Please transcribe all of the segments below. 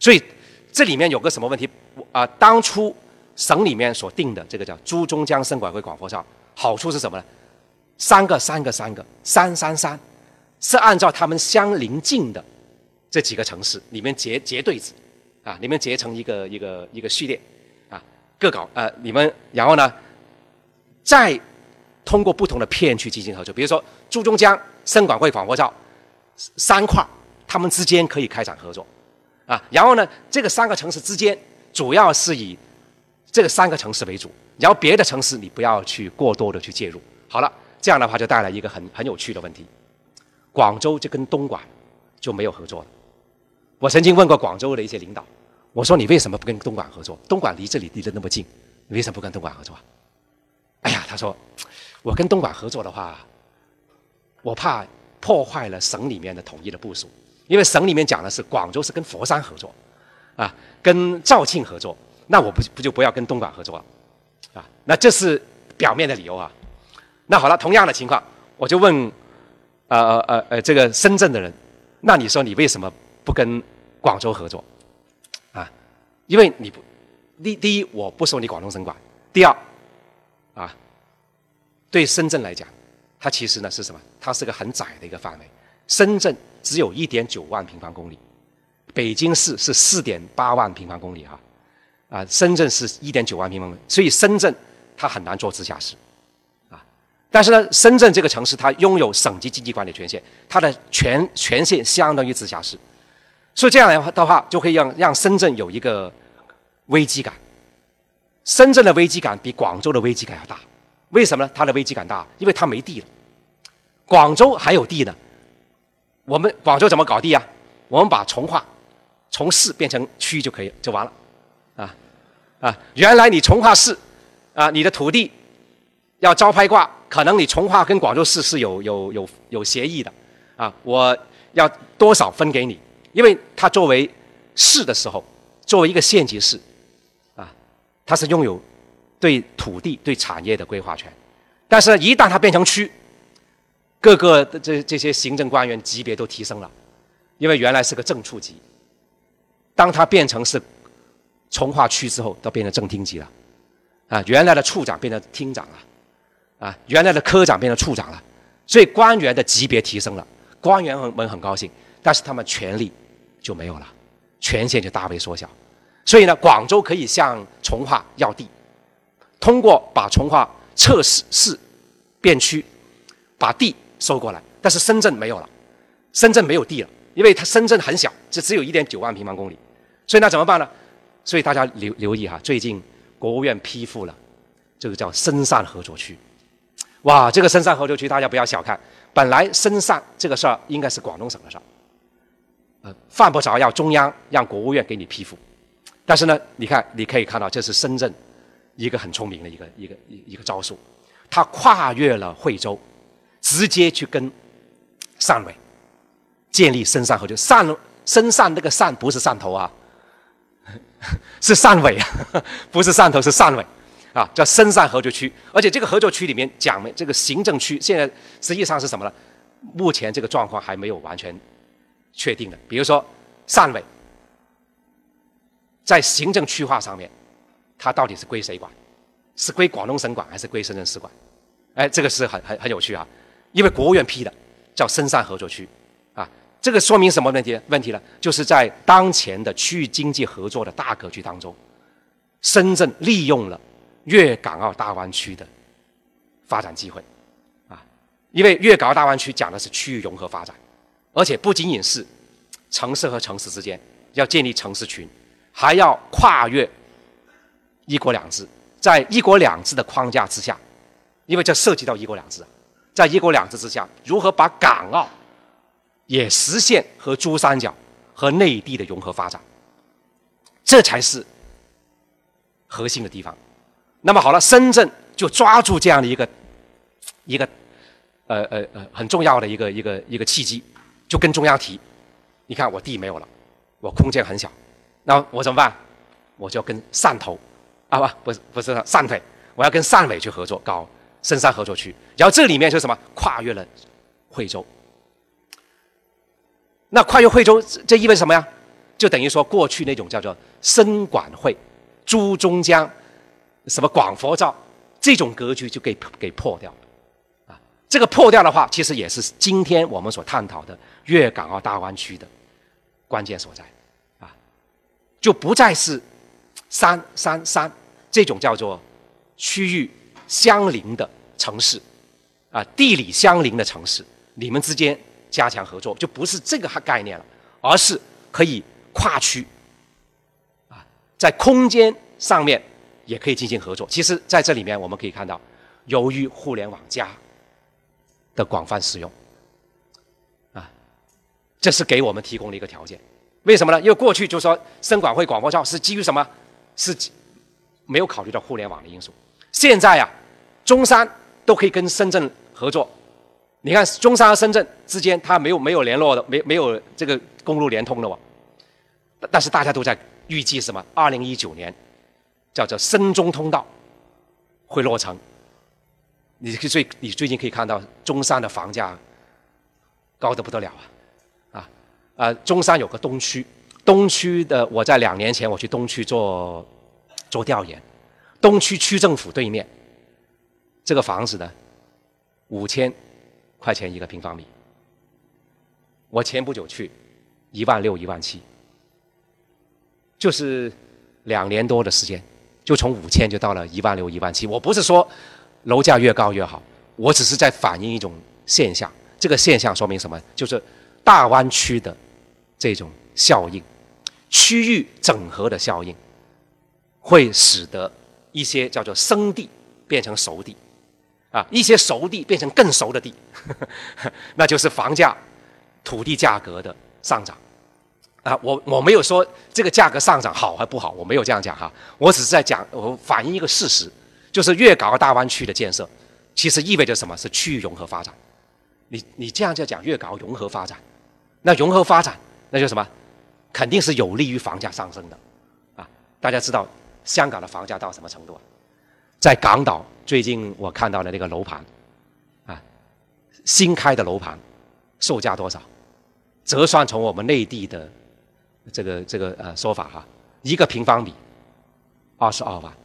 所以这里面有个什么问题当初省里面所定的这个叫珠中江深管会广佛照，好处是什么呢？三个，是按照他们相邻近的这几个城市里面结对子里面结成一个序列各搞你们，然后呢再通过不同的片区进行合作，比如说珠中江深管会广佛照3块，他们之间可以开展合作然后呢这个3个城市之间主要是以这个3个城市为主，然后别的城市你不要去过多的去介入。好了，这样的话就带来一个很有趣的问题，广州就跟东莞就没有合作了。我曾经问过广州的一些领导，我说你为什么不跟东莞合作？东莞离这里离得那么近，你为什么不跟东莞合作哎呀，他说我跟东莞合作的话，我怕破坏了省里面的统一的部署，因为省里面讲的是广州是跟佛山合作跟肇庆合作，那我不要跟东莞合作了那这是表面的理由那好了，同样的情况，我就问这个深圳的人，那你说你为什么不跟广州合作因为你不第一我不收你广东省管，第二对深圳来讲，它其实呢是什么？它是个很窄的一个范围。深圳只有1.9万平方公里，北京市是4.8万平方公里深圳是1.9万平方公里，所以深圳它很难做直辖市但是呢，深圳这个城市它拥有省级经济管理权限，它的权限相当于直辖市，所以这样的话就会让深圳有一个危机感。深圳的危机感比广州的危机感要大，为什么呢？它的危机感大，因为它没地了。广州还有地呢，我们广州怎么搞地我们把从市变成区就可以就完了原来你从化市你的土地要招拍挂，可能你从化跟广州市是有协议的我要多少分给你，因为它作为市的时候，作为一个县级市它是拥有对土地对产业的规划权，但是一旦它变成区，各个的这些行政官员级别都提升了，因为原来是个正处级，当它变成是从化区之后，都变成正厅级了原来的处长变成厅长了原来的科长变成处长了，所以官员的级别提升了，官员们很高兴，但是他们权力就没有了，权限就大为缩小。所以呢，广州可以向从化要地，通过把从化撤市变区，把地收过来，但是深圳没有了，深圳没有地了，因为它深圳很小，只有1.9万平方公里，所以那怎么办呢？所以大家留意最近国务院批复了这个叫深汕合作区。哇，这个深汕合作区大家不要小看，本来深汕这个事儿应该是广东省的事儿犯不着要中央让国务院给你批复，但是呢，你可以看到这是深圳一个很聪明的一个招数，它跨越了惠州，直接去跟汕尾建立深汕合作。深汕那个汕不是汕头是汕尾不是汕头是汕尾叫深汕合作区。而且这个合作区里面讲这个行政区现在实际上是什么呢？目前这个状况还没有完全确定的。比如说汕尾在行政区划上面，它到底是归谁管？是归广东省管还是归深圳市管？这个是很有趣因为国务院批的叫深汕合作区这个说明什么问题呢？就是在当前的区域经济合作的大格局当中，深圳利用了粤港澳大湾区的发展机会因为粤港澳大湾区讲的是区域融合发展，而且不仅仅是城市和城市之间要建立城市群，还要跨越一国两制，在一国两制的框架之下，因为这涉及到一国两制在一国两制之下，如何把港澳也实现和珠三角和内地的融合发展，这才是核心的地方。那么好了，深圳就抓住这样的一个很重要的一个契机，就跟中央提，你看我地没有了，我空间很小，那我怎么办？我就要跟汕头不是汕尾，我要跟汕尾去合作，搞深汕合作区。然后这里面就是什么？跨越了惠州。那跨越惠州，这意味着什么呀？ 就等于说过去那种叫做深管会、珠中江、什么广佛照这种格局就给破掉了啊。这个破掉的话，其实也是今天我们所探讨的粤港澳大湾区的关键所在啊，就不再是山这种叫做区域相邻的城市啊，地理相邻的城市，你们之间加强合作，就不是这个概念了，而是可以跨区啊，在空间上面也可以进行合作。其实在这里面我们可以看到，由于互联网+的广泛使用啊，这是给我们提供了一个条件。为什么呢？因为过去就说深管会、广佛照是基于什么？是没有考虑到互联网的因素。现在啊，中山都可以跟深圳合作。你看中山和深圳之间，它没有联络的，没有这个公路连通的哦。但是大家都在预计什么？2019年叫做深中通道会落成。你最近可以看到中山的房价高得不得了中山有个东区的，我在2年前我去东区做调研，东区区政府对面这个房子呢，5000块钱一个平方米。我前不久去，16000、17000，就是2年多的时间，就从5000就到了16000、17000。我不是说楼价越高越好，我只是在反映一种现象。这个现象说明什么？就是大湾区的这种效应，区域整合的效应，会使得一些叫做生地变成熟地，一些熟地变成更熟的地，那就是房价、土地价格的上涨。我没有说这个价格上涨好还不好，我没有这样讲哈，我只是在讲，我反映一个事实，就是粤港澳大湾区的建设，其实意味着什么？是区域融合发展。你这样就讲粤港澳融合发展，那融合发展那就什么？肯定是有利于房价上升的大家知道香港的房价到什么程度在港岛最近我看到的那个楼盘新开的楼盘售价多少？折算从我们内地的这个说法一个平方米22万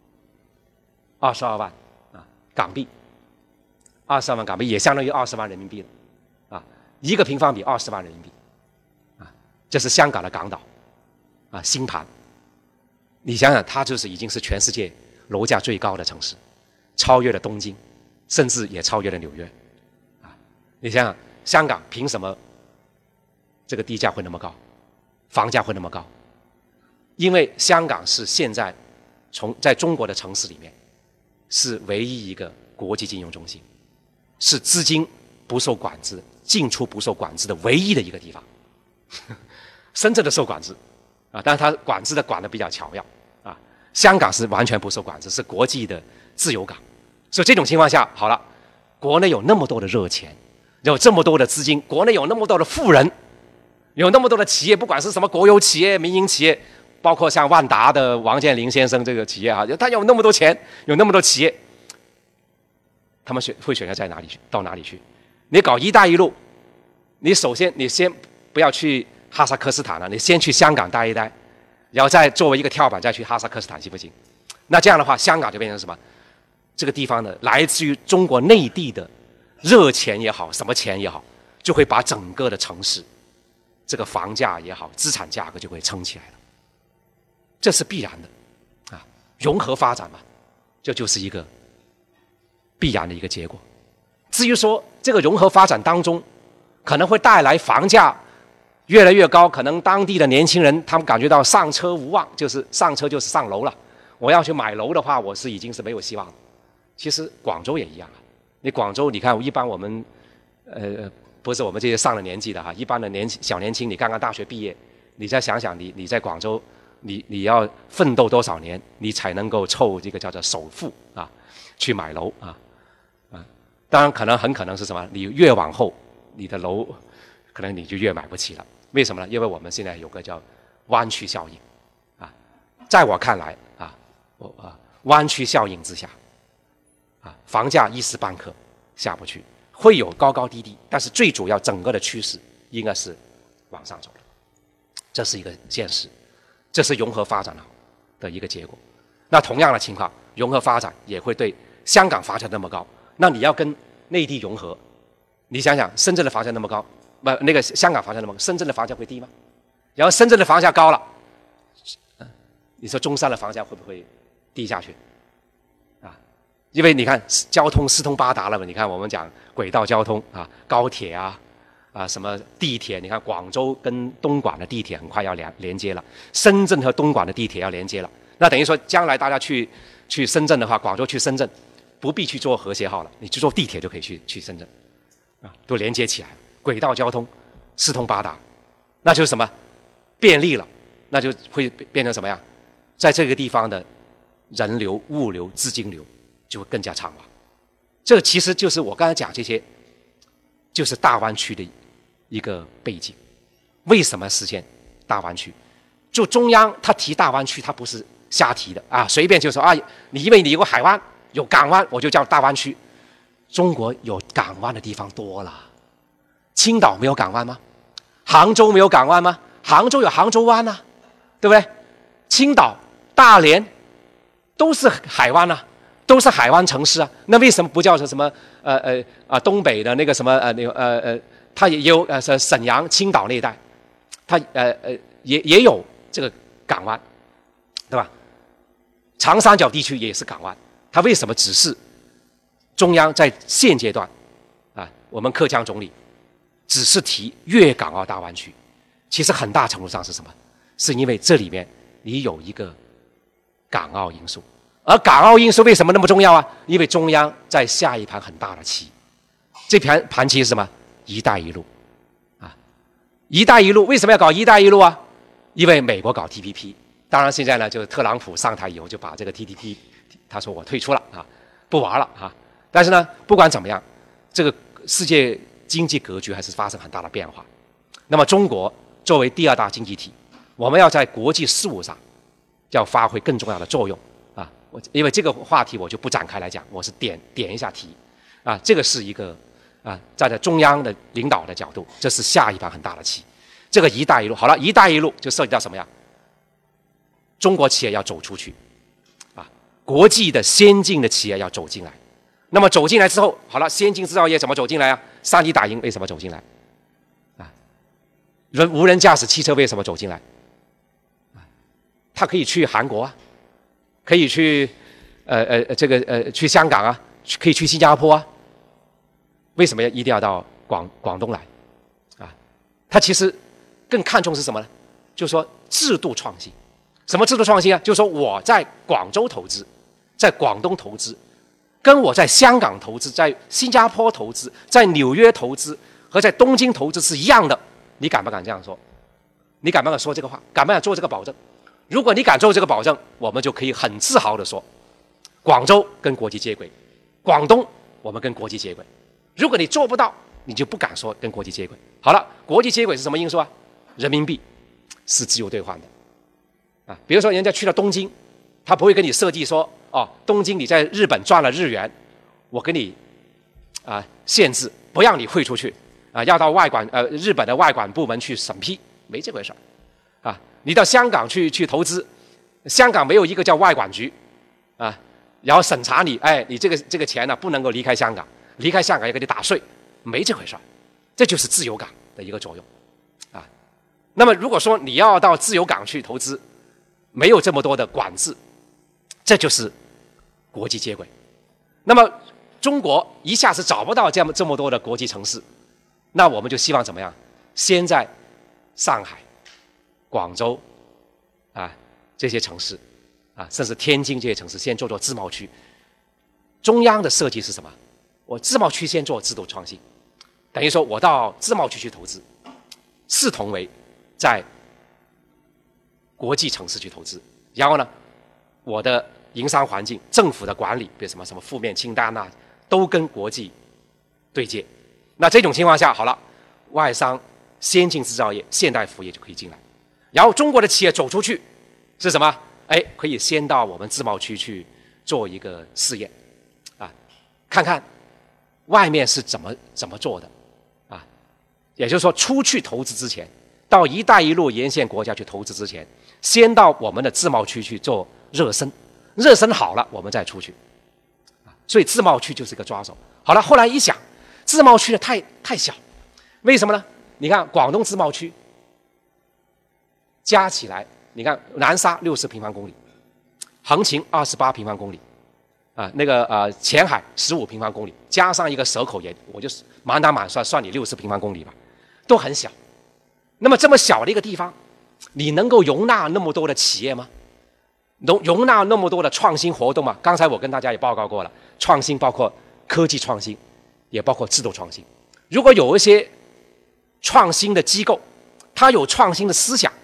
，22万港币，22万港币也相当于20万人民币了一个平方米20万人民币这是香港的港岛新盘。你想想，它就是已经是全世界楼价最高的城市，超越了东京，甚至也超越了纽约你想想，香港凭什么这个地价会那么高，房价会那么高？因为香港是现在在中国的城市里面是唯一一个国际金融中心，是资金不受管制、进出不受管制的唯一的一个地方。深圳的受管制但是它管得比较巧妙香港是完全不受管制，是国际的自由港。所以这种情况下，好了，国内有那么多的热钱，有这么多的资金，国内有那么多的富人，有那么多的企业，不管是什么国有企业、民营企业，包括像万达的王健林先生这个企业他有那么多钱，有那么多企业，他们会选择到哪里去？你搞一带一路，你先不要去哈萨克斯坦了，你先去香港待一待，然后再作为一个跳板再去哈萨克斯坦，行不行？那这样的话，香港就变成什么？这个地方呢，来自于中国内地的热钱也好，什么钱也好，就会把整个的城市这个房价也好，资产价格就会撑起来了。这是必然的融合发展嘛，这就是一个必然的一个结果。至于说这个融合发展当中可能会带来房价越来越高，可能当地的年轻人他们感觉到上车无望，就是上车就是上楼了。我要去买楼的话，我已经是没有希望了。其实广州也一样你广州，你看一般我们不是我们这些上了年纪的一般的小年轻，你刚刚大学毕业，你再想想你在广州，你要奋斗多少年，你才能够凑这个叫做首付去买楼当然很可能是什么？你越往后，你的楼可能你就越买不起了。为什么呢？因为我们现在有个叫湾区效应在我看来湾区效应之下房价一时半刻下不去，会有高高低低，但是最主要整个的趋势应该是往上走的。 这是一个现实，这是融合发展的一个结果。那同样的情况，融合发展也会对香港发展那么高，那你要跟内地融合，你想想，深圳的房价那么高，那个香港房价那么高，深圳的房价会低吗？然后深圳的房价高了，你说中山的房价会不会低下去？啊，因为你看交通四通八达了嘛，你看我们讲轨道交通啊，高铁啊，什么地铁，你看广州跟东莞的地铁很快要连接了，深圳和东莞的地铁要连接了，那等于说将来大家去深圳的话，广州去深圳不必去坐和谐号了，你去坐地铁就可以去深圳，都连接起来，轨道交通四通八达，那就是什么便利了，那就会变成什么呀？在这个地方的人流、物流、资金流就会更加畅旺。这其实就是我刚才讲这些，就是大湾区的一个背景。为什么实现大湾区？就中央他提大湾区，他不是瞎提的啊，随便就说啊，因为你有个海湾、有港湾，我就叫大湾区。中国有港湾的地方多了，青岛没有港湾吗？杭州没有港湾吗？杭州有杭州湾啊，对不对？青岛、大连都是海湾啊，都是海湾城市啊。那为什么不叫什么东北的那个什么它也有沈阳、青岛那一带，它也有这个港湾，对吧？长三角地区也是港湾，它为什么只是中央在现阶段我们克强总理只是提粤港澳大湾区？其实很大程度上是什么？是因为这里面你有一个港澳因素，而港澳因素为什么那么重要啊？因为中央在下一盘很大的棋，这盘棋是什么？一带一路啊！一带一路为什么要搞一带一路啊？因为美国搞 TPP， 当然现在呢，就是特朗普上台以后就把这个 TPP， 他说我退出了啊，不玩了啊。但是呢，不管怎么样，这个世界经济格局还是发生很大的变化。那么中国作为第二大经济体，我们要在国际事务上要发挥更重要的作用啊！因为这个话题我就不展开来讲，我是点一下题啊。这个是一个站在中央的领导的角度，这是下一盘很大的棋。这个“一带一路”好了，“一带一路”就涉及到什么呀？中国企业要走出去啊，国际的先进的企业要走进来。那么走进来之后，好了，先进制造业怎么走进来啊？3D 打印为什么走进来？无人驾驶汽车为什么走进来？他可以去韩国啊，可以去去香港啊，可以去新加坡啊，为什么一定要到广东来？他其实更看重是什么呢？就是说制度创新。什么制度创新啊？就是说我在广州投资，在广东投资，跟我在香港投资、在新加坡投资、在纽约投资和在东京投资是一样的。你敢不敢这样说？你敢不敢说这个话？敢不敢做这个保证？如果你敢做这个保证，我们就可以很自豪地说，广州跟国际接轨，广东我们跟国际接轨。如果你做不到，你就不敢说跟国际接轨。好了，国际接轨是什么因素啊？人民币是自由兑换的比如说人家去了东京，他不会跟你设计说东京你在日本赚了日元，我给你限制不让你汇出去要到日本的外管部门去审批，没这回事你到香港去投资，香港没有一个叫外管局然后审查你，你这个钱呢不能够离开香港，离开香港要给你打税，没这回事这就是自由港的一个作用那么如果说你要到自由港去投资，没有这么多的管制，这就是国际接轨。那么中国一下子找不到这么多的国际城市，那我们就希望怎么样？先在上海、广州这些城市甚至天津这些城市先做自贸区。中央的设计是什么？我自贸区先做制度创新，等于说我到自贸区去投资，视同为在国际城市去投资。然后呢，我的营商环境、政府的管理，比如什么负面清单都跟国际对接。那这种情况下，好了，外商、先进制造业、现代服务业就可以进来。然后中国的企业走出去是什么？可以先到我们自贸区去做一个试验看看外面是怎么做的也就是说，出去投资之前， 到“一带一路”沿线国家去投资之前，先到我们的自贸区去做热身，热身好了，我们再出去。所以自贸区就是一个抓手。好了，后来一想，自贸区呢太小，为什么呢？你看广东自贸区加起来，你看南沙60平方公里，横琴28平方公里，前海15平方公里，加上一个蛇口盐，我就满打满算你60平方公里吧，都很小。那么这么小的一个地方，你能够容纳那么多的企业吗？容纳那么多的创新活动吗？刚才我跟大家也报告过了，创新包括科技创新，也包括制度创新。如果有一些创新的机构，它有创新的思想，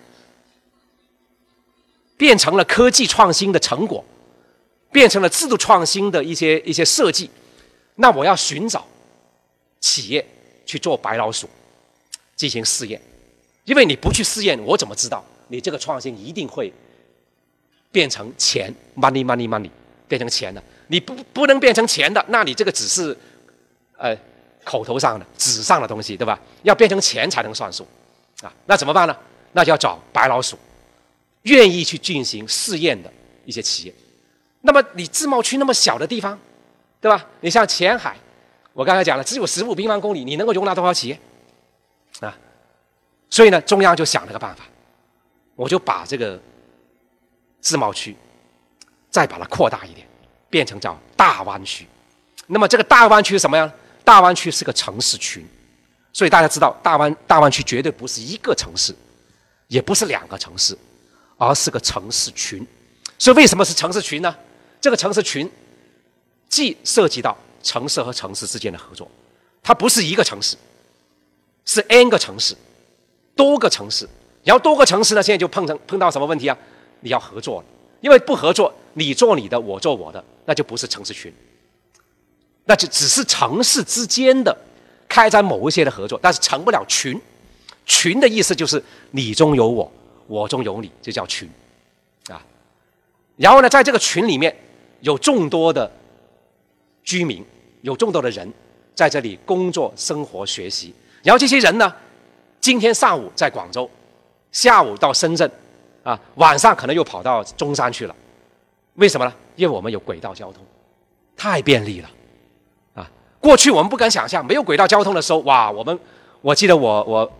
变成了科技创新的成果，变成了制度创新的一些设计，那我要寻找企业去做白老鼠进行试验，因为你不去试验，我怎么知道你这个创新一定会变成钱 money 变成钱的？你不能变成钱的，那你这个只是口头上的纸上的东西，对吧？要变成钱才能算数啊！那怎么办呢？那就要找白老鼠，愿意去进行试验的一些企业。那么你自贸区那么小的地方，对吧？你像前海，我刚才讲了，只有15平方公里，你能够容纳多少企业啊？所以呢，中央就想了个办法，我就把这个自贸区再把它扩大一点，变成叫大湾区。那么这个大湾区是什么样？大湾区是个城市群，所以大家知道大湾区绝对不是一个城市，也不是2个城市，而是个城市群。所以为什么是城市群呢？这个城市群既涉及到城市和城市之间的合作，它不是一个城市，是 N 个城市，多个城市。然后多个城市呢，现在就碰到什么问题啊？你要合作了，因为不合作，你做你的，我做我的，那就不是城市群，那就只是城市之间的开展某一些的合作，但是成不了群。群的意思就是你中有我，我中有你，就叫群啊。然后呢，在这个群里面有众多的居民，有众多的人在这里工作、生活、学习。然后这些人呢，今天上午在广州，下午到深圳，啊，晚上可能又跑到中山去了。为什么呢？因为我们有轨道交通，太便利了，啊！过去我们不敢想象，没有轨道交通的时候，哇，我记得我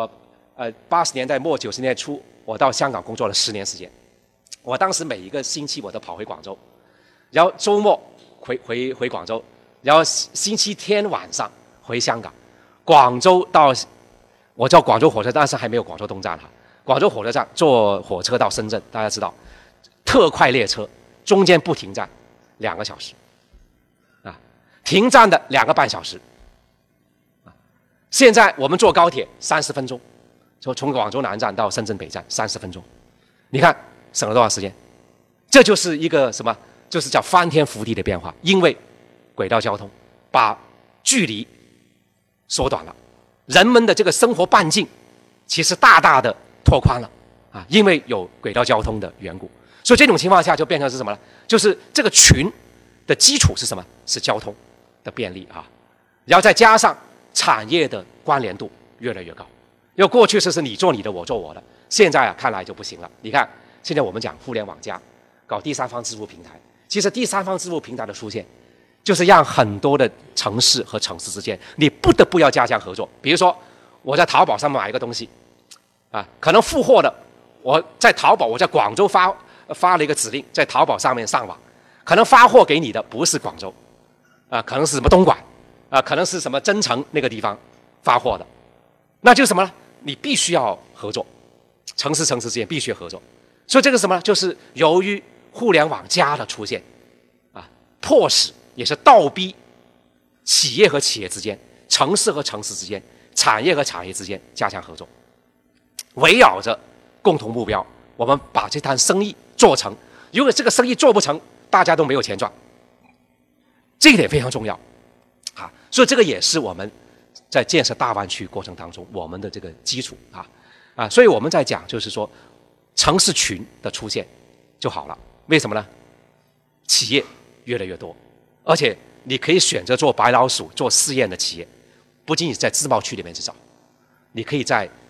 80年代末90年代初，我到香港工作了10年时间。我当时每一个星期我都跑回广州，然后周末回广州，然后星期天晚上回香港。广州到我叫广州火车站，但是还没有广州东站哈。广州火车站坐火车到深圳，大家知道，特快列车中间不停站2个小时，啊，停站的2个半小时，啊，现在我们坐高铁30分钟，从广州南站到深圳北站30分钟，你看省了多少时间？这就是一个什么？就是叫翻天覆地的变化，因为轨道交通把距离缩短了，人们的这个生活半径其实大大的拓宽了啊，因为有轨道交通的缘故，所以这种情况下就变成是什么呢？就是这个群的基础是什么？是交通的便利啊，然后再加上产业的关联度越来越高。因为过去是你做你的，我做我的，现在啊看来就不行了。你看现在我们讲互联网加，搞第三方支付平台，其实第三方支付平台的出现，就是让很多的城市和城市之间，你不得不要加强合作。比如说我在淘宝上面买一个东西，啊，可能付货的我在淘宝，我在广州发了一个指令，在淘宝上面上网，可能发货给你的不是广州，啊，可能是什么东莞，啊，可能是什么增城那个地方发货的，那就是什么呢？你必须要合作，城市之间必须合作。所以这个什么呢？就是由于互联网加的出现，啊，迫使也是倒逼企业和企业之间、城市和城市之间、产业和产业之间加强合作，围绕着共同目标，我们把这摊生意做成。如果这个生意做不成，大家都没有钱赚，这一点非常重要啊。所以这个也是我们在建设大湾区过程当中我们的这个基础啊。所以我们在讲就是说，城市群的出现就好了。为什么呢？企业越来越多，而且你可以选择做白老鼠、做试验的企业，不仅仅在自贸区里面去找，你可以在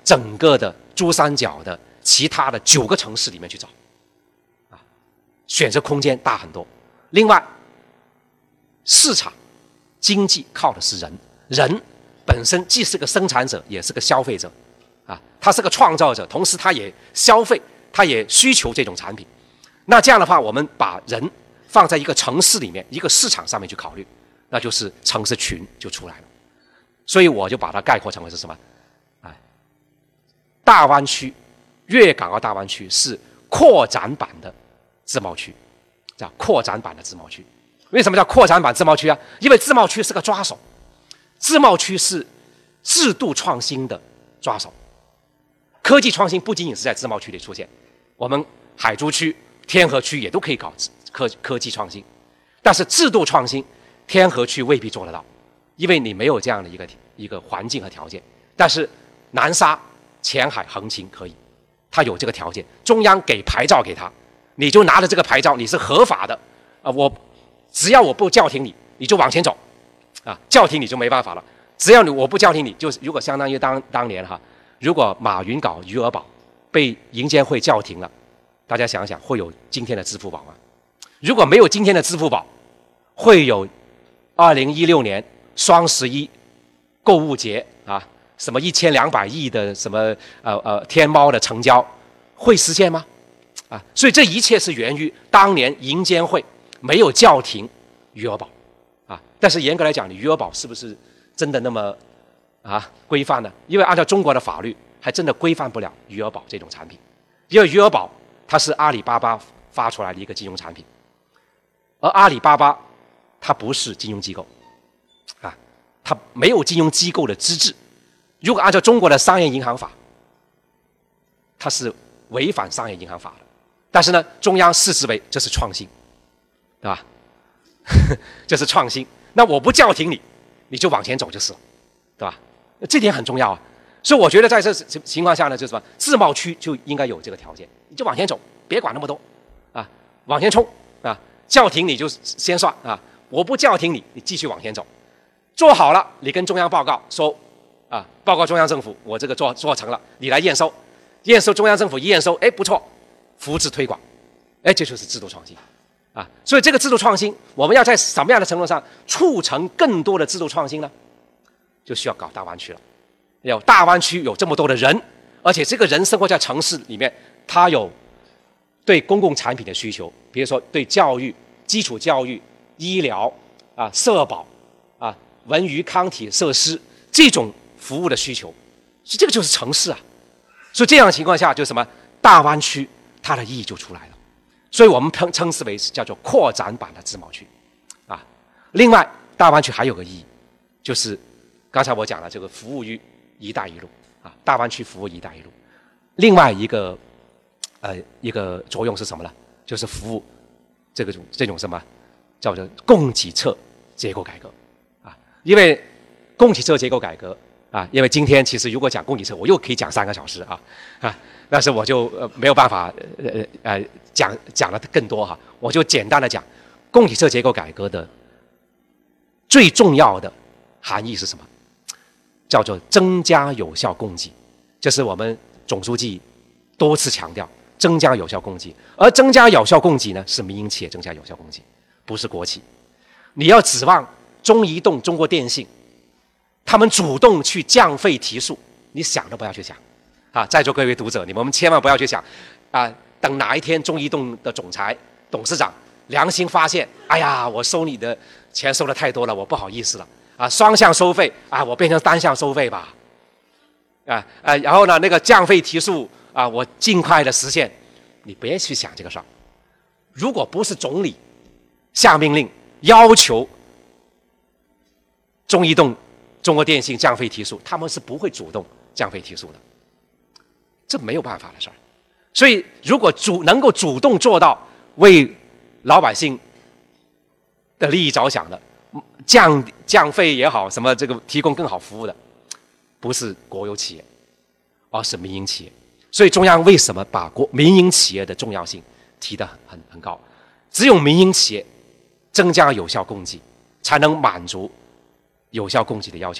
整个的珠三角的其他的9个城市里面去找，选择空间大很多。另外，市场经济靠的是人，人本身既是个生产者，也是个消费者，他是个创造者，同时他也消费，他也需求这种产品。那这样的话，我们把人放在一个城市里面，一个市场上面去考虑，那就是城市群就出来了。所以我就把它概括成为是什么？大湾区，粤港澳大湾区是扩展版的自贸区，叫扩展版的自贸区。为什么叫扩展版自贸区啊？因为自贸区是个抓手，自贸区是制度创新的抓手。科技创新不仅仅是在自贸区里出现，我们海珠区、天河区也都可以搞科技创新，但是制度创新，天河区未必做得到，因为你没有这样的一个环境和条件。但是南沙、前海、横琴可以，它有这个条件，中央给牌照给他，你就拿着这个牌照，你是合法的只要我不叫停你，你就往前走，叫停你就没办法了。只要我不叫停你，就如果相当于当年如果马云搞余额宝被银监会叫停了，大家想想会有今天的支付宝吗？如果没有今天的支付宝，会有2016年双11购物节什么1200亿的什么天猫的成交会实现吗？所以这一切是源于当年银监会没有叫停余额宝但是严格来讲，你余额宝是不是真的那么规范呢？因为按照中国的法律，还真的规范不了余额宝这种产品，因为余额宝它是阿里巴巴发出来的一个金融产品，而阿里巴巴它不是金融机构它没有金融机构的资质。如果按照中国的商业银行法，它是违反商业银行法的。但是呢，中央视之为这是创新，对吧？这是创新。那我不叫停你，你就往前走就是了，对吧？这点很重要所以我觉得在这情况下呢，就是什么，自贸区就应该有这个条件，你就往前走，别管那么多往前冲叫停你就先算我不叫停你，你继续往前走。做好了，你跟中央报告说报告中央政府，我这个做成了，你来验收，中央政府一验收，不错，扶持推广，这就是制度创新所以这个制度创新，我们要在什么样的程度上促成更多的制度创新呢？就需要搞大湾区了。有大湾区有这么多的人，而且这个人生活在城市里面，他有对公共产品的需求，比如说对教育、基础教育、医疗社保文娱康体设施这种服务的需求，这个就是城市所以这样的情况下，就什么大湾区它的意义就出来了。所以我们称之为叫做扩展版的自贸区另外，大湾区还有个意义，就是刚才我讲了这个服务于一带一路大湾区服务一带一路。另外一个作用是什么呢？就是服务这种什么叫做供给侧结构改革因为供给侧结构改革因为今天其实如果讲供给侧，我又可以讲3个小时但是我就没有办法讲的更多我就简单的讲供给侧结构改革的最重要的含义是什么？叫做增加有效供给，这是我们总书记多次强调，增加有效供给。而增加有效供给呢，是民营企业增加有效供给，不是国企。你要指望中移动、中国电信他们主动去降费提速，你想都不要去想在座各位读者，你们千万不要去想等哪一天中移动的总裁、董事长良心发现，哎呀，我收你的钱收的太多了，我不好意思了双向收费我变成单向收费吧然后呢那个降费提速我尽快的实现，你别去想这个事儿。如果不是总理下命令要求中移动、中国电信降费提速，他们是不会主动降费提速的，这没有办法的事儿。所以如果能够主动做到为老百姓的利益着想的，降费也好，什么这个提供更好服务的，不是国有企业，而是民营企业。所以中央为什么把民营企业的重要性提得很高？只有民营企业增加有效供给，才能满足有效供给的要求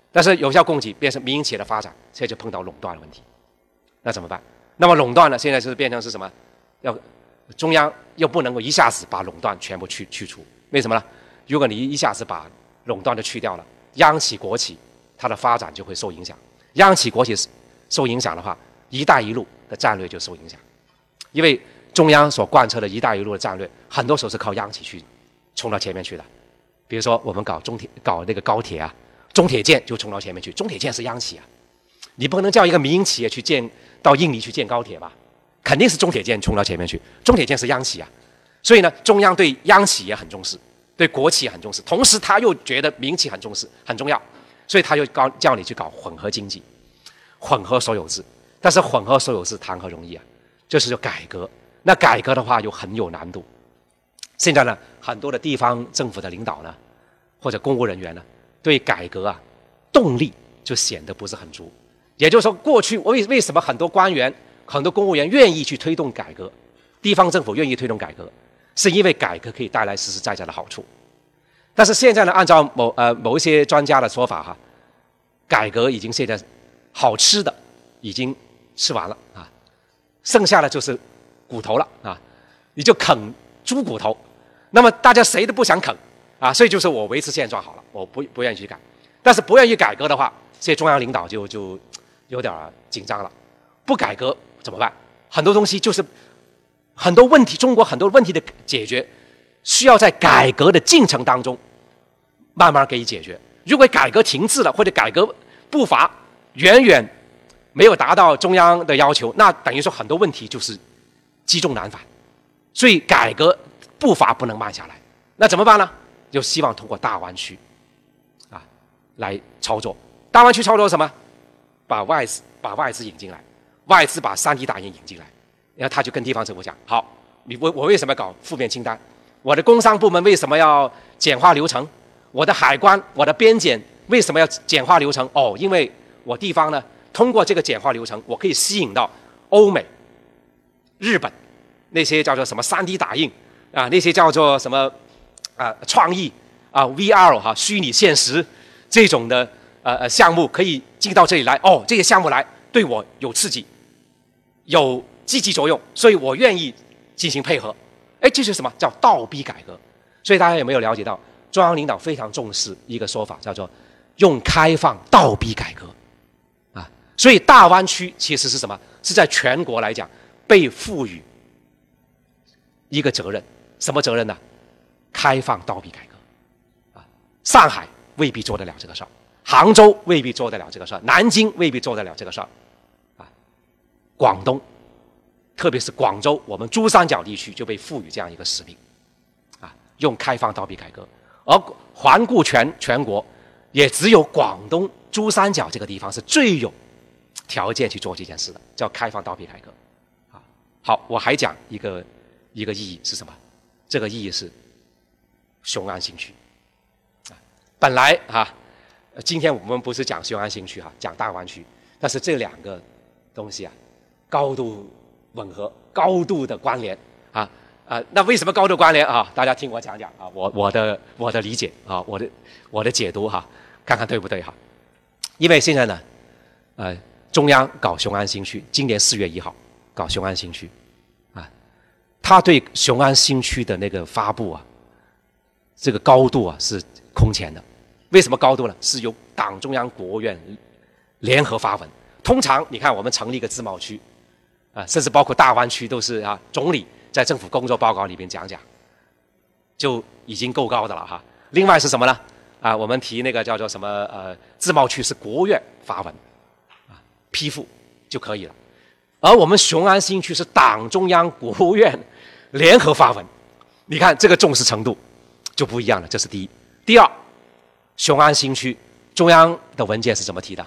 但是有效供给变成民营企业的发展，现在就碰到垄断的问题，那怎么办？那么垄断呢，现在是变成是什么？要中央又不能够一下子把垄断全部去除，为什么呢？如果你一下子把垄断都去掉了，央企国企它的发展就会受影响。央企国企受影响的话，“一带一路”的战略就受影响，因为中央所贯彻的“一带一路”的战略，很多时候是靠央企去冲到前面去的。比如说我们搞那个高铁啊，中铁建就冲到前面去，中铁建是央企啊，你不可能叫一个民营企业去到印尼去建高铁吧？肯定是中铁建冲到前面去，中铁建是央企啊，所以呢，中央对央企也很重视，对国企也很重视，同时他又觉得民企很重视很重要，所以他就叫你去搞混合经济、混合所有制。但是混合所有制谈何容易啊？就是要改革，那改革的话又很有难度。现在呢，很多的地方政府的领导呢，或者公务人员呢，对改革啊动力就显得不是很足。也就是说，过去为什么很多官员、很多公务员愿意去推动改革，地方政府愿意推动改革，是因为改革可以带来实实在在的好处。但是现在呢，按照某一些专家的说法哈，改革已经现在好吃的已经吃完了啊，剩下的就是骨头了啊，你就啃猪骨头。那么大家谁都不想啃啊，所以就是我维持现状好了，我不愿意去改。但是不愿意改革的话，这些中央领导就有点紧张了。不改革怎么办？很多东西就是很多问题，中国很多问题的解决，需要在改革的进程当中慢慢给予解决。如果改革停滞了，或者改革步伐远远没有达到中央的要求，那等于说很多问题就是积重难返。所以改革步伐不能慢下来，那怎么办呢？就希望通过大湾区啊来操作。大湾区操作什么？把外资引进来，外资把3D打印引进来，然后他就跟地方政府讲：好，我为什么要搞负面清单？我的工商部门为什么要简化流程？我的海关、我的边检为什么要简化流程？哦，因为我地方呢，通过这个简化流程，我可以吸引到欧美、日本那些叫做什么3D打印啊，那些叫做什么创意啊 VR 哈虚拟现实这种的项目可以进到这里来。哦，这些项目来对我有刺激，有积极作用，所以我愿意进行配合。哎，这是什么叫倒逼改革？所以大家有没有了解到，中央领导非常重视一个说法，叫做用开放倒逼改革啊。所以大湾区其实是什么？是在全国来讲被赋予一个责任，什么责任呢？开放倒逼改革啊！上海未必做得了这个事儿，杭州未必做得了这个事儿，南京未必做得了这个事儿啊。广东，特别是广州，我们珠三角地区就被赋予这样一个使命啊，用开放倒逼改革。而环顾全国，也只有广东珠三角这个地方是最有条件去做这件事的，叫开放倒逼改革啊。好，我还讲一个意义是什么？这个意义是雄安新区啊。本来今天我们不是讲雄安新区讲大湾区，但是这两个东西高度吻合，高度的关联那为什么高度关联大家听我讲讲我的理解我的解读看看对不对因为现在呢中央搞雄安新区，今年4月1号搞雄安新区他对雄安新区的那个发布这个高度是空前的。为什么高度呢？是由党中央、国务院联合发文。通常你看我们成立一个自贸区甚至包括大湾区都是总理在政府工作报告里面讲就已经够高的了另外是什么呢？我们提那个叫做什么自贸区是国务院发文批复就可以了。而我们雄安新区是党中央、国务院联合发文，你看这个重视程度就不一样了，这是第一。第二，雄安新区中央的文件是怎么提的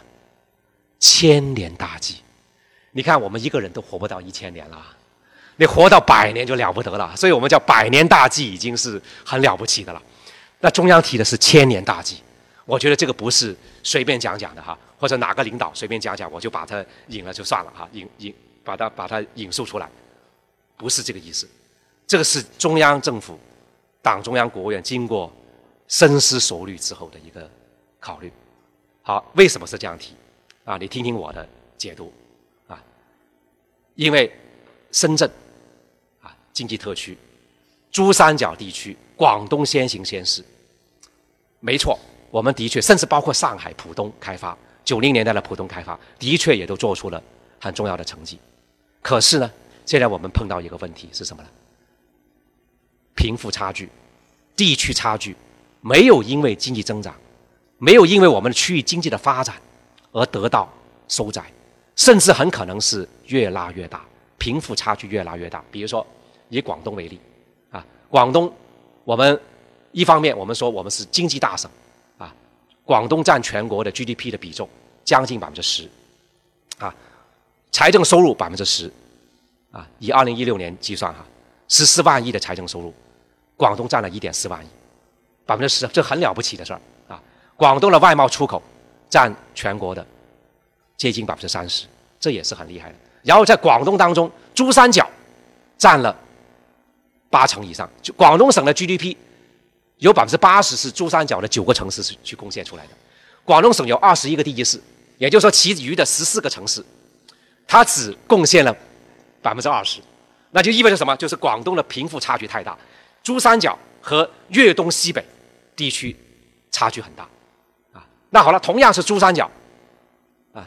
？1000年大计。你看我们一个人都活不到1000年了，你活到100年就了不得了，所以我们叫100年大计已经是很了不起的了。那中央提的是1000年大计，我觉得这个不是随便讲讲的或者哪个领导随便讲讲我就把它引了就算了把它引述出来，不是这个意思。这个是中央政府、党中央、国务院经过深思熟虑之后的一个考虑好，为什么是这样提？啊，你听听我的解读啊。因为深圳啊经济特区、珠三角地区、广东先行先试，没错，我们的确，甚至包括上海浦东开发，90年代的浦东开发，的确也都做出了很重要的成绩。可是呢，现在我们碰到一个问题是什么呢？贫富差距、地区差距，没有因为经济增长，没有因为我们的区域经济的发展而得到收窄，甚至很可能是越拉越大，贫富差距越拉越大。比如说以广东为例啊，广东我们一方面我们说我们是经济大省啊，广东占全国的 GDP 的比重将近10%啊，财政收入10%啊，以2016年计算哈，14万亿的财政收入，广东占了1.4万亿，10%，这很了不起的事儿啊。广东的外贸出口占全国的接近30%，这也是很厉害的。然后在广东当中，珠三角占了80%以上，就广东省的 GDP 有80%是珠三角的9个城市去贡献出来的。广东省有21个地级市，也就是说其余的14个城市，它只贡献了20%，那就意味着什么？就是广东的贫富差距太大，珠三角和粤东西北地区差距很大啊。那好了，同样是珠三角啊，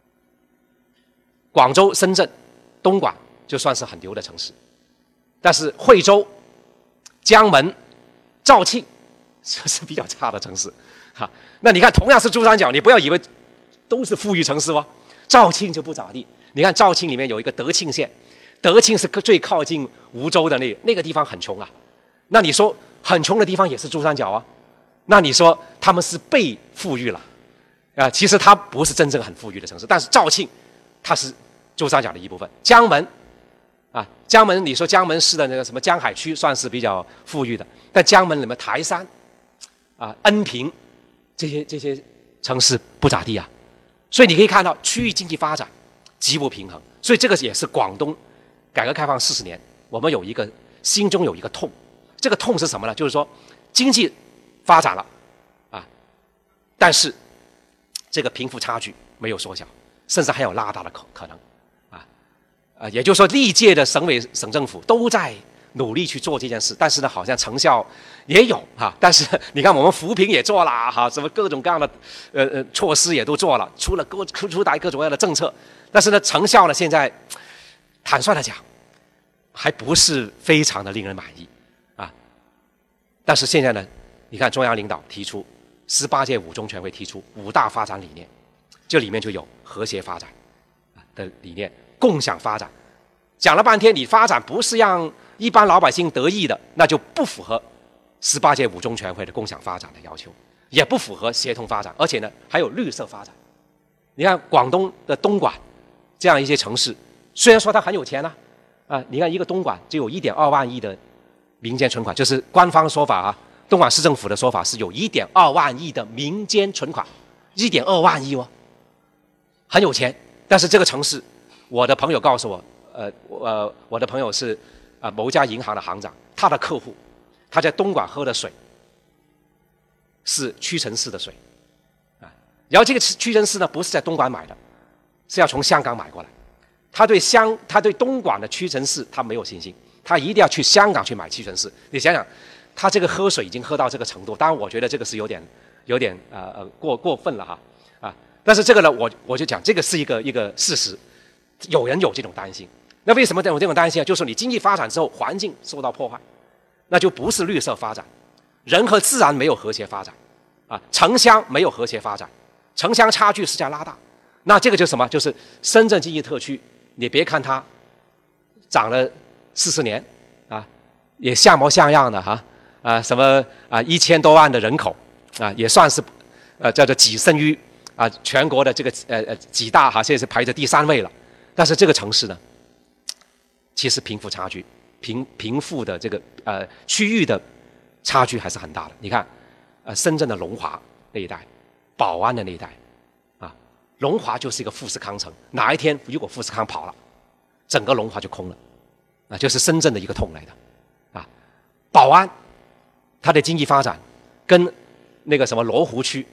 广州、深圳、东莞就算是很牛的城市，但是惠州、江门、肇庆这是比较差的城市哈。那你看，同样是珠三角，你不要以为都是富裕城市哦，肇庆就不咋地。你看肇庆里面有一个德庆县，德庆是最靠近梧州的那个地方很穷啊。那你说很穷的地方也是珠三角啊？那你说他们是被富裕了啊？其实它不是真正很富裕的城市，但是肇庆它是珠三角的一部分。江门啊，江门你说江门市的那个什么江海区算是比较富裕的，但江门里面台山啊、恩平这些城市不咋地啊。所以你可以看到区域经济发展极不平衡，所以这个也是广东改革开放40年，我们心中有一个痛。这个痛是什么呢？就是说经济发展了啊，但是这个贫富差距没有缩小，甚至还有拉大的可能啊。也就是说历届的省委省政府都在努力去做这件事，但是呢好像成效也有哈。但是你看我们扶贫也做了哈，什么各种各样的措施也都做了，出台各种各样的政策，但是呢成效呢现在坦率的讲还不是非常的令人满意啊。但是现在呢，你看中央领导提出18届5中全会提出5大发展理念，这里面就有和谐发展的理念，共享发展。讲了半天，你发展不是让一般老百姓得益的，那就不符合18届5中全会的共享发展的要求，也不符合协同发展，而且呢还有绿色发展。你看广东的东莞这样一些城市，虽然说它很有钱你看一个东莞就有1.2万亿的民间存款，就是官方说法啊，东莞市政府的说法是有1.2万亿的民间存款，1.2万亿哦，很有钱。但是这个城市，我的朋友告诉我，我的朋友是某家银行的行长，他的客户，他在东莞喝的水是屈臣氏的水啊，然后这个屈臣氏呢不是在东莞买的，是要从香港买过来。他对东莞的屈臣氏他没有信心，他一定要去香港去买屈臣氏。你想想，他这个喝水已经喝到这个程度，当然我觉得这个是有点过分了啊。但是这个呢，我就讲这个是一个事实，有人有这种担心。那为什么有这种担心啊？就是你经济发展之后，环境受到破坏，那就不是绿色发展，人和自然没有和谐发展啊，城乡没有和谐发展，城乡差距是在拉大。那这个就是什么？就是深圳经济特区，你别看它涨了40年啊，也像模像样的什么1000多万的人口啊，也算是叫做跻身于全国的这个几大现在是排在第3位了。但是这个城市呢，其实贫富差距、贫富的这个区域的差距还是很大的。你看深圳的龙华那一带，宝安的那一带龙华就是一个富士康城，哪一天如果富士康跑了，整个龙华就空了就是深圳的一个痛来的宝安它的经济发展跟那个什么罗湖区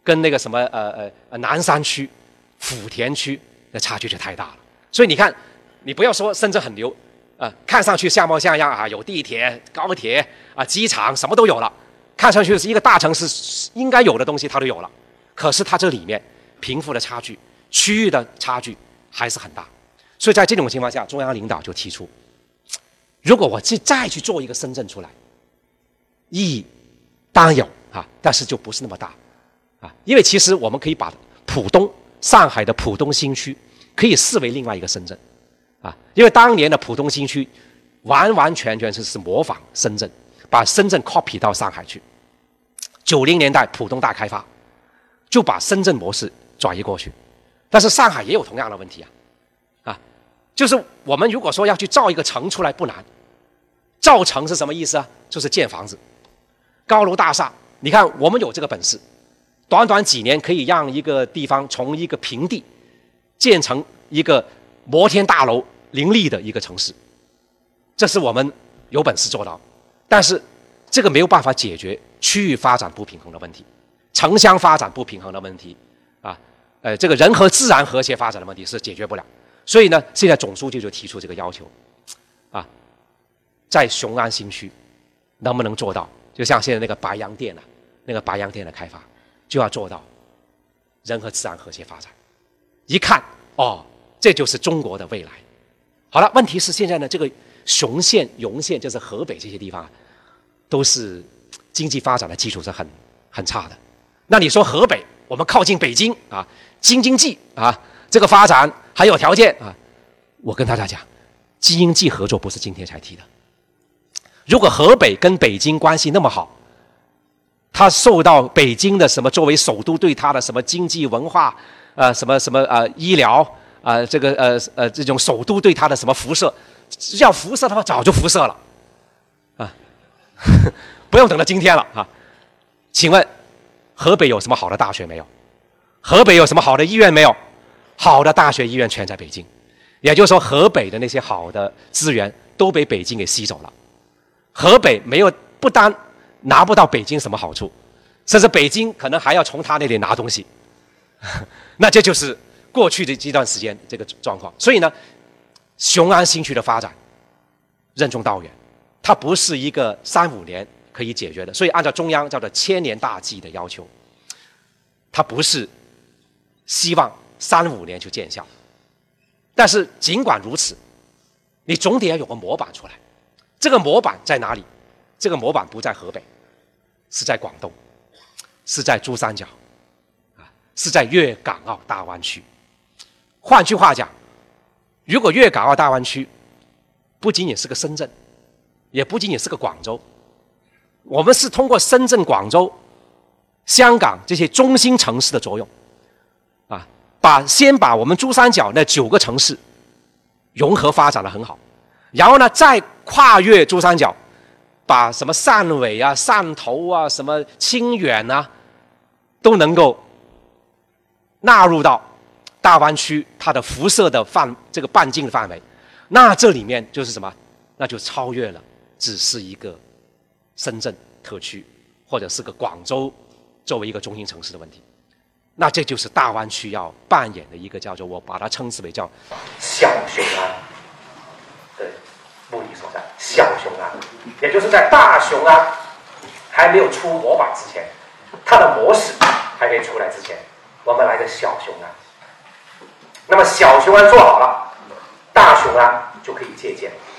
跟那个什么南山区、福田区的差距就太大了。所以你看，你不要说深圳很牛，看上去像模像样啊，有地铁、高铁啊、机场什么都有了，看上去是一个大城市应该有的东西它都有了，可是它这里面贫富的差距、区域的差距还是很大。所以在这种情况下，中央领导就提出，如果我再去做一个深圳出来，意义当然有啊，但是就不是那么大啊，因为其实我们可以把上海的浦东新区可以视为另外一个深圳啊，因为当年的浦东新区完完全全是模仿深圳，把深圳 copy 到上海去。90年代浦东大开发，就把深圳模式转移过去，但是上海也有同样的问题啊，就是我们如果说要去造一个城出来不难，造城是什么意思啊？就是建房子，高楼大厦。你看我们有这个本事，短短几年可以让一个地方从一个平地建成一个摩天大楼林立的一个城市，这是我们有本事做到。但是这个没有办法解决区域发展不平衡的问题，城乡发展不平衡的问题啊，这个人和自然和谐发展的问题是解决不了。所以呢，现在总书记就提出这个要求啊，在雄安新区能不能做到，就像现在那个白洋淀的开发，就要做到人和自然和谐发展。一看哦，这就是中国的未来。好了，问题是现在呢，这个雄县、容县，就是河北这些地方都是经济发展的基础是很差的。那你说河北，我们靠近北京啊，京津冀啊，这个发展还有条件啊。我跟大家讲，京津冀合作不是今天才提的。如果河北跟北京关系那么好，他受到北京的什么作为首都对他的什么经济文化什么医疗这种首都对他的什么辐射，要辐射的话早就辐射了啊，不用等到今天了啊。请问河北有什么好的大学没有？河北有什么好的医院没有？好的大学医院全在北京，也就是说河北的那些好的资源都被北京给吸走了。河北不单拿不到北京什么好处，甚至北京可能还要从他那里拿东西，那这就是过去的这段时间这个状况。所以呢，雄安新区的发展任重道远，它不是一个3-5年可以解决的。所以按照中央叫做1000年大计的要求，它不是希望3-5年就见效。但是尽管如此，你总得要有个模板出来。这个模板在哪里？这个模板不在河北，是在广东，是在珠三角是在粤港澳大湾区。换句话讲，如果粤港澳大湾区不仅仅是个深圳，也不仅仅是个广州，我们是通过深圳、广州、香港这些中心城市的作用先把我们珠三角那9个城市融合发展得很好，然后呢再跨越珠三角，把什么汕尾啊、汕头啊、什么清远啊都能够纳入到大湾区它的辐射的这个半径的范围。那这里面就是什么？那就超越了只是一个深圳特区或者是个广州作为一个中心城市的问题。那这就是大湾区要扮演的一个叫做，我把它称之为叫小雄安的目的所在。小雄安，也就是在大雄安还没有出模板之前，它的模式还没出来之前，我们来个小雄安。那么小雄安做好了，大雄安就可以借鉴了。